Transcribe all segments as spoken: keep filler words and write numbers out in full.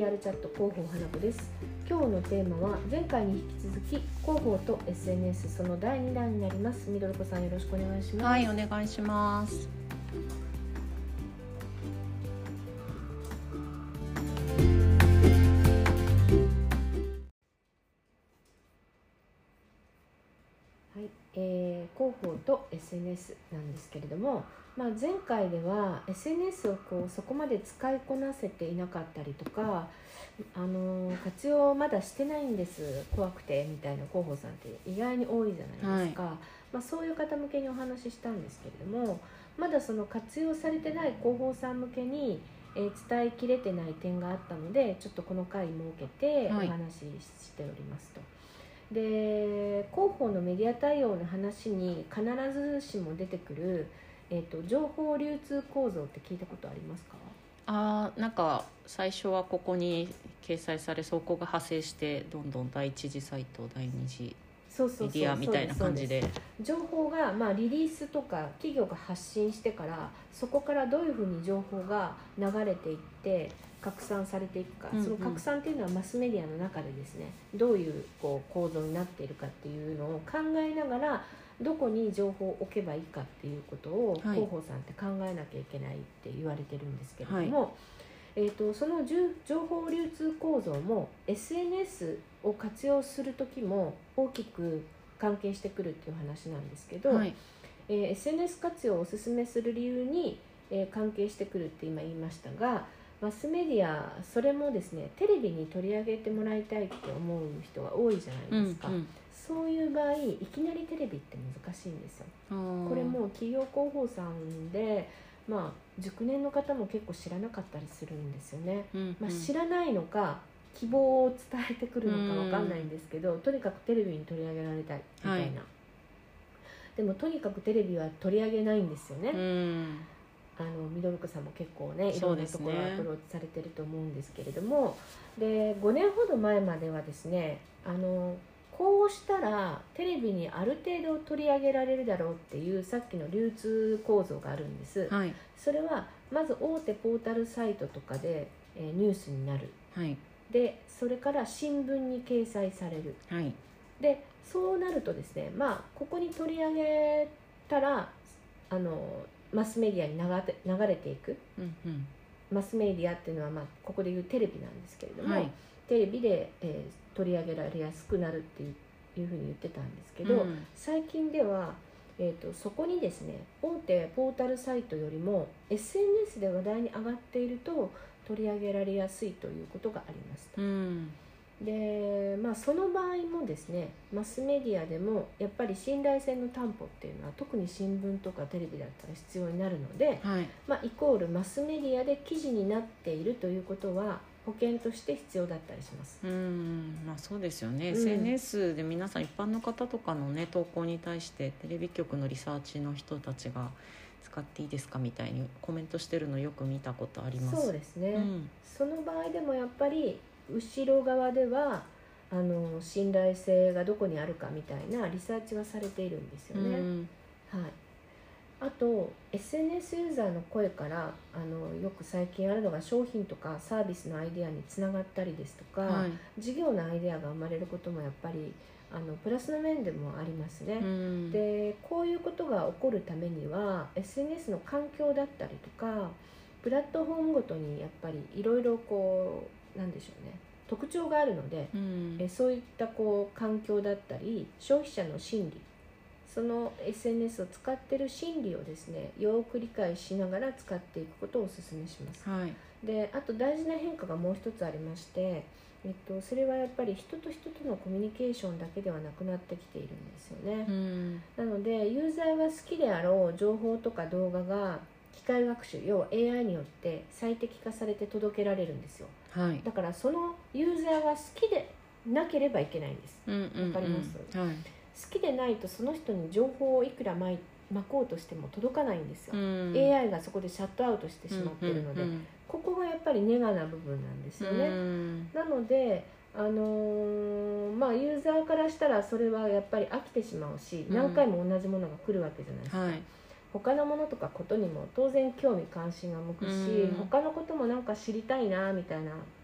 ピーアール チャット広報花子です。今日のテーマは前回に引き続き広報と エスエヌエス そのだいにだんになります。みどるこさんよろしくお願いします。 はい、お願いします。 はい、えー、広報と エスエヌエス なんですけれども、まあ、前回では エスエヌエス をこうそこまで使いこなせていなかったりとか、あのー、活用まだしてないんです怖くてみたいな広報さんって意外に多いじゃないですか、はい、まあ、そういう方向けにお話ししたんですけれども、まだその活用されてない広報さん向けに、えー、伝えきれてない点があったので、ちょっとこの回設けてお話ししておりますと、はい、で広報のメディア対応の話に必ずしも出てくる、えーと、情報流通構造って聞いたことありますか？ あー、なんか最初はここに掲載され、そこが派生してどんどん第一次サイト、第二次メディアみたいな感じで、 情報が、まあ、リリースとか企業が発信してから、そこからどういうふうに情報が流れていって拡散されていくか、うんうん、その拡散っていうのはマスメディアの中でですね、どういう、こう構造になっているかっていうのを考えながら、どこに情報を置けばいいかっていうことを広報さんって考えなきゃいけないって言われてるんですけれども、はい、えーと、その情報流通構造も エスエヌエス を活用する時も大きく関係してくるっていう話なんですけど、はい、えー、エスエヌエス 活用をおすすめする理由に、えー、関係してくるって今言いましたが、マスメディア、それもですね、テレビに取り上げてもらいたいって思う人が多いじゃないですか、うんうん、そういう場合いきなりテレビって難しいんですよ。これも企業広報さんで、まあ、熟年の方も結構知らなかったりするんですよね、うんうん、まあ、知らないのか希望を伝えてくるのか分かんないんですけど、とにかくテレビに取り上げられたいみたいな、はい、でもとにかくテレビは取り上げないんですよね。うん、あのミドルクさんも結構ね、いろんなところをアプローチされてると思うんですけれども、でごねんほど前まではですね、あのこうしたらテレビにある程度取り上げられるだろうっていうさっきの流通構造があるんです、はい、それはまず大手ポータルサイトとかで、えー、ニュースになる、はい、でそれから新聞に掲載される、はい、でそうなるとですね、まあここに取り上げたらあのマスメディアに流れ、流れていく、うんうん、マスメディアっていうのは、まあ、ここでいうテレビなんですけれども、はい、テレビで、えー、取り上げられやすくなるっていういうふうに言ってたんですけど、うん、最近では、えーと、そこにですね、大手ポータルサイトよりも エスエヌエス で話題に上がっていると取り上げられやすいということがありますと、うん、で、まあ、その場合もですね、マスメディアでもやっぱり信頼性の担保っていうのは特に新聞とかテレビだったら必要になるので、はい、まあ、イコールマスメディアで記事になっているということは保険として必要だったりします。 うーん、まあ、そうですよね、うん、エスエヌエス で皆さん一般の方とかの、ね、投稿に対してテレビ局のリサーチの人たちが使っていいですかみたいにコメントしてるのよく見たことあります。 そうですね、うん、その場合でもやっぱり後ろ側ではあの信頼性がどこにあるかみたいなリサーチはされているんですよね、うん、はい。あと エスエヌエス ユーザーの声からあのよく最近あるのが商品とかサービスのアイデアにつながったりですとか、はい、事業のアイデアが生まれることもやっぱりあのプラスの面でもありますね、うん、でこういうことが起こるためには エスエヌエス の環境だったりとかプラットフォームごとにやっぱりいろいろこうなんでしょうね、特徴があるので、うん、えそういったこう環境だったり消費者の心理、その エスエヌエス を使っている心理をですね、よく理解しながら使っていくことをお勧めします、はい、であと大事な変化がもう一つありまして、えっと、それはやっぱり人と人とのコミュニケーションだけではなくなってきているんですよね、うん、なのでユーザーが好きであろう情報とか動画が機械学習、要は エーアイ によって最適化されて届けられるんですよ、はい、だからそのユーザーが好きでなければいけないんです。わ、うんうんうん、かります、はい、好きでないとその人に情報をいくらまいまこうとしても届かないんですよ、うん、エーアイ がそこでシャットアウトしてしまっているので、うんうんうん、ここがやっぱりネガな部分なんですよね、うん、なので、あのーまあ、ユーザーからしたらそれはやっぱり飽きてしまうし、うん、何回も同じものが来るわけじゃないですか、はい、他のものとかことにも当然興味関心が向くし、うん、他のこともなんか知りたいなみたいな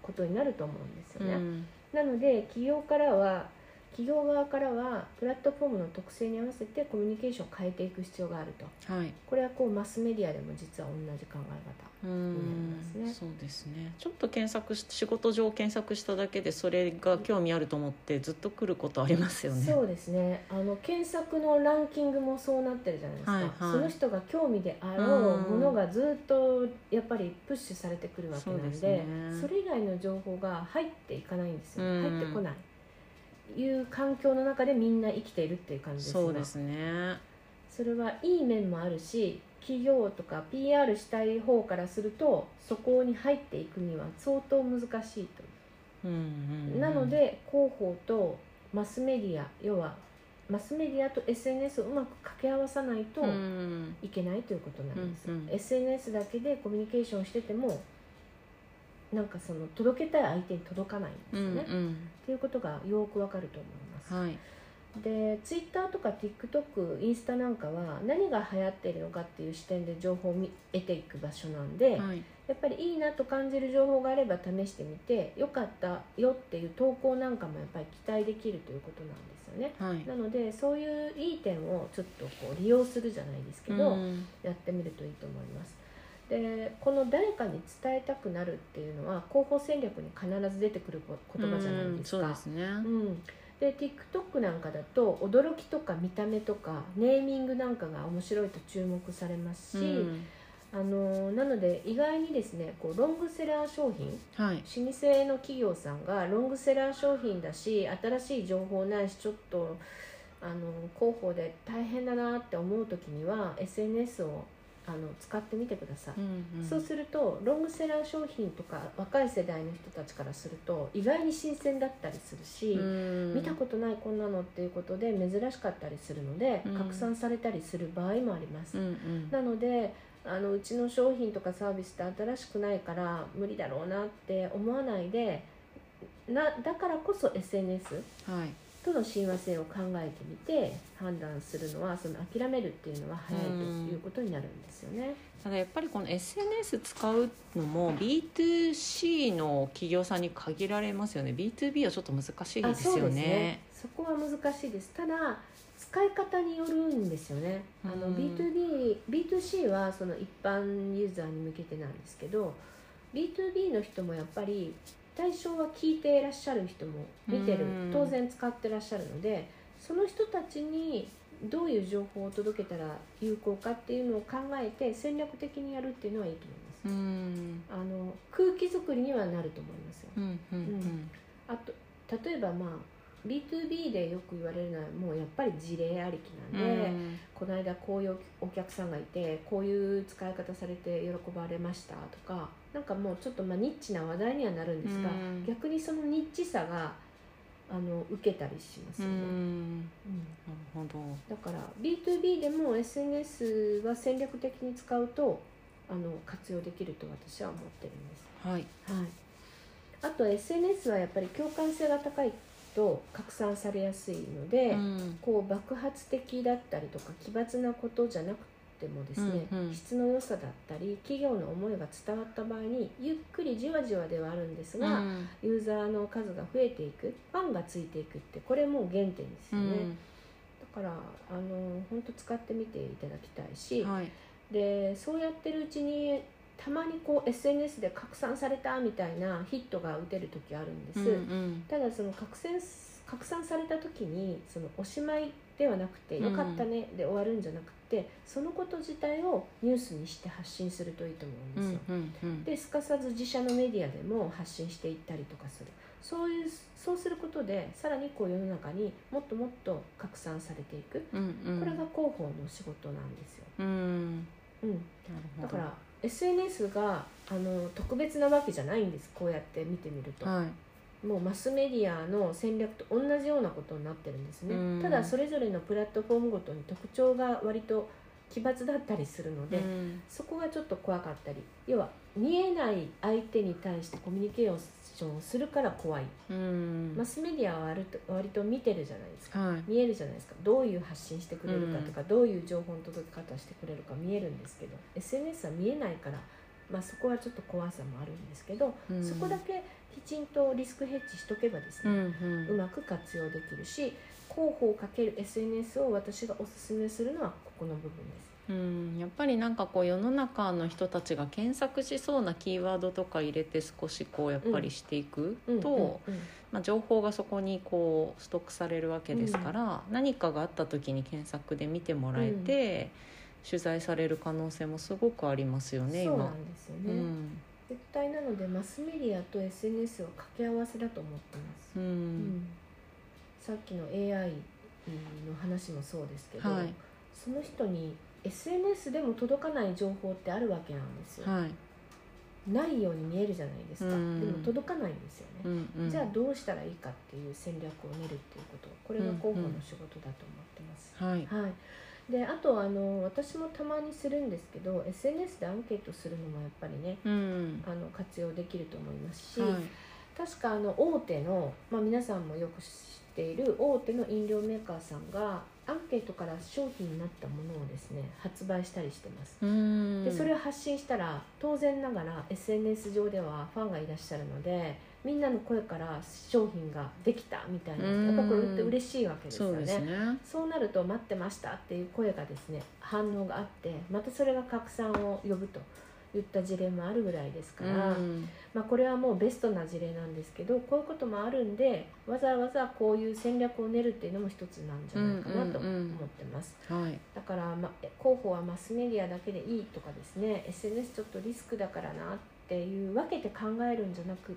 ことになると思うんですよね、 うん、 なので企業からは企業側からはプラットフォームの特性に合わせてコミュニケーションを変えていく必要があると、 はい、 これはこうマスメディアでも実は同じ考え方うんになりますね。 そうですね。ちょっと検索し仕事上検索しただけでそれが興味あると思ってずっと来ることありますよね。 そうですね、あの検索のランキングもそうなってるじゃないですか、 はいはい、 その人が興味であろうものがずっとやっぱりプッシュされてくるわけなんで、 そ, で、ね、それ以外の情報が入っていかないんですよ、入ってこないいう環境の中でみんな生きているっていう感じです。 そうですね。 それはいい面もあるし、企業とか ピーアール したい方からするとそこに入っていくには相当難しいと、 うんうんうん、 なので広報とマスメディア、要はマスメディアと エスエヌエス をうまく掛け合わさないといけないということなんです、うんうん、エスエヌエス だけでコミュニケーションしててもなんかその届けたい相手に届かないんですよね、うんうん、っていうことがよくわかると思います、はい、で Twitter とか TikTok、インスタなんかは何が流行っているのかっていう視点で情報を得ていく場所なんで、はい、やっぱりいいなと感じる情報があれば試してみて、よかったよっていう投稿なんかもやっぱり期待できるということなんですよね、はい、なのでそういういい点をちょっとこう利用するじゃないですけど、うん、やってみるといいと思います。でこの誰かに伝えたくなるっていうのは広報戦略に必ず出てくる言葉じゃないですか。 そうですね、 うん、で TikTok なんかだと驚きとか見た目とかネーミングなんかが面白いと注目されますし、うん、あのなので意外にですねこうロングセラー商品、はい、老舗の企業さんがロングセラー商品だし新しい情報ないしちょっとあの広報で大変だなって思う時には エスエヌエス をあの使ってみてください、うんうん、そうするとロングセラー商品とか若い世代の人たちからすると意外に新鮮だったりするし、うん、見たことないこんなのっていうことで珍しかったりするので、うん、拡散されたりする場合もあります、うんうん、なのであのうちの商品とかサービスって新しくないから無理だろうなって思わないでな、だからこそ エスエヌエス、はいとの親和性を考えてみて判断するのはその諦めるっていうのは早いということになるんですよね。 ただやっぱりこの エスエヌエス 使うのも ビーツーシー の企業さんに限られますよね。 ビーツービー はちょっと難しいですよね。 そうですね、そこは難しいです。ただ使い方によるんですよね。あの ビーツービー、ビーツーシー はその一般ユーザーに向けてなんですけど ビーツービー の人もやっぱり対象は聞いていらっしゃる人も見てる、当然使ってらっしゃるのでその人たちにどういう情報を届けたら有効かっていうのを考えて戦略的にやるっていうのはいいと思います。うんあの空気作りにはなると思いますよ、うんうんうん、あと例えばまあ ビーツービー でよく言われるのはもうやっぱり事例ありきなんで、うん、この間こういうお客さんがいてこういう使い方されて喜ばれましたとかなんかもうちょっとまあニッチな話題にはなるんですが、うん、逆にそのニッチさがあの受けたりしますよね、うんうん、なるほど。だから ビーツービー でも エスエヌエス は戦略的に使うとあの活用できると私は思ってるんです、はいはい、あと エスエヌエス はやっぱり共感性が高いと拡散されやすいので、うん、こう爆発的だったりとか奇抜なことじゃなくてもですね、うんうん、質の良さだったり企業の思いが伝わった場合にゆっくりじわじわではあるんですが、うん、ユーザーの数が増えていくファンがついていくってこれもう原点ですよね、うん、だからあの本当使ってみていただきたいし、はい、でそうやってるうちにたまにこう エスエヌエス で拡散されたみたいなヒットが打てる時あるんです、うんうん、ただその拡散、拡散された時にそのおしまいではなくて、うん、よかったねで終わるんじゃなくてそのこと自体をニュースにして発信するといいと思うんですよ、うんうんうん、ですかさず自社のメディアでも発信していったりとかするそういうそうすることでさらにこう世の中にもっともっと拡散されていく、うんうん、これが広報の仕事なんですよ、うんうん、だからエスエヌエス があの特別なわけじゃないんです。こうやって見てみると、はい、もうマスメディアの戦略と同じようなことになってるんですね。ただそれぞれのプラットフォームごとに特徴が割と奇抜だったりするので、そこがちょっと怖かったり、要は見えない相手に対してコミュニケーションをするから怖い。マスメディアは割と、割と見てるじゃないですか、はい、見えるじゃないですか。どういう発信してくれるかとか、どういう情報の届け方してくれるか見えるんですけど エスエヌエス は見えないから、まあ、そこはちょっと怖さもあるんですけど、そこだけきちんとリスクヘッジしとけばですね、 うんうんうまく活用できるし、広報かける エスエヌエス を私がおすすめするのはここの部分です。 うん、やっぱりなんかこう世の中の人たちが検索しそうなキーワードとか入れて少しこうやっぱりしていくと、 うんうんうんまあ、情報がそこにこうストックされるわけですから、うん、何かがあった時に検索で見てもらえて、うん、取材される可能性もすごくありますよね。 そうなんですよね、 うん、 絶対なのでマスメディアと エスエヌエス を掛け合わせだと思ってます、 うんうん、 さっきの エーアイ の話もそうですけど、はい、その人に エスエヌエス でも届かない情報ってあるわけなんですよ、はい、ないように見えるじゃないですか、うん、でも届かないんですよね、うんうん、じゃあどうしたらいいかっていう戦略を練るっていうこと、これが広報の仕事だと思ってます、うんうん、はい、はい、であとあの私もたまにするんですけど エスエヌエス でアンケートするのもやっぱりね、うん、あの活用できると思いますし、はい、確かあの大手の、まあ、皆さんもよく知っている大手の飲料メーカーさんがアンケートから商品になったものをですね発売したりしてます。でそれを発信したら当然ながら エスエヌエス 上ではファンがいらっしゃるので、みんなの声から商品ができたみたいな、やっぱこれって嬉しいわけですよね。 そうですね。そうなると待ってましたっていう声がですね反応があって、またそれが拡散を呼ぶと言った事例もあるぐらいですから、うんまあ、これはもうベストな事例なんですけど、こういうこともあるんでわざわざこういう戦略を練るっていうのも一つなんじゃないかなと思ってます、うんうんうんはい、だから、ま、広報はマスメディアだけでいいとかですね エスエヌエス ちょっとリスクだからなっていう分けて考えるんじゃなくって、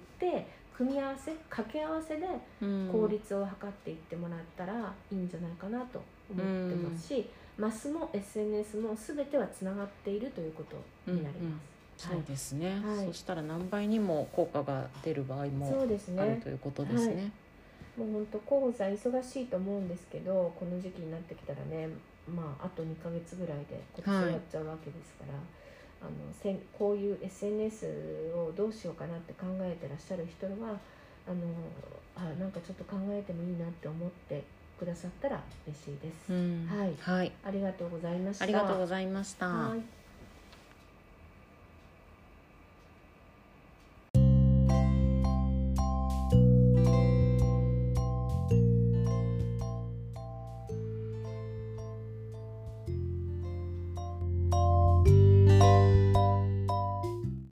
組み合わせ掛け合わせで効率を図っていってもらったらいいんじゃないかなと思ってますし、うん、マスも エスエヌエス も全てはつながっているということになります、うんうんそうですね、はい、そしたら何倍にも効果が出る場合もあるということですね。 もう本当広報さん忙しいと思うんですけど、この時期になってきたらね、まあ、あとにかげつぐらいで今年終わっちゃうわけですから、はい、あのせんこういう エスエヌエス をどうしようかなって考えてらっしゃる人はあのあなんかちょっと考えてもいいなって思ってくださったら嬉しいです、うん、はい、はい、ありがとうございました。 ありがとうございました。 はい。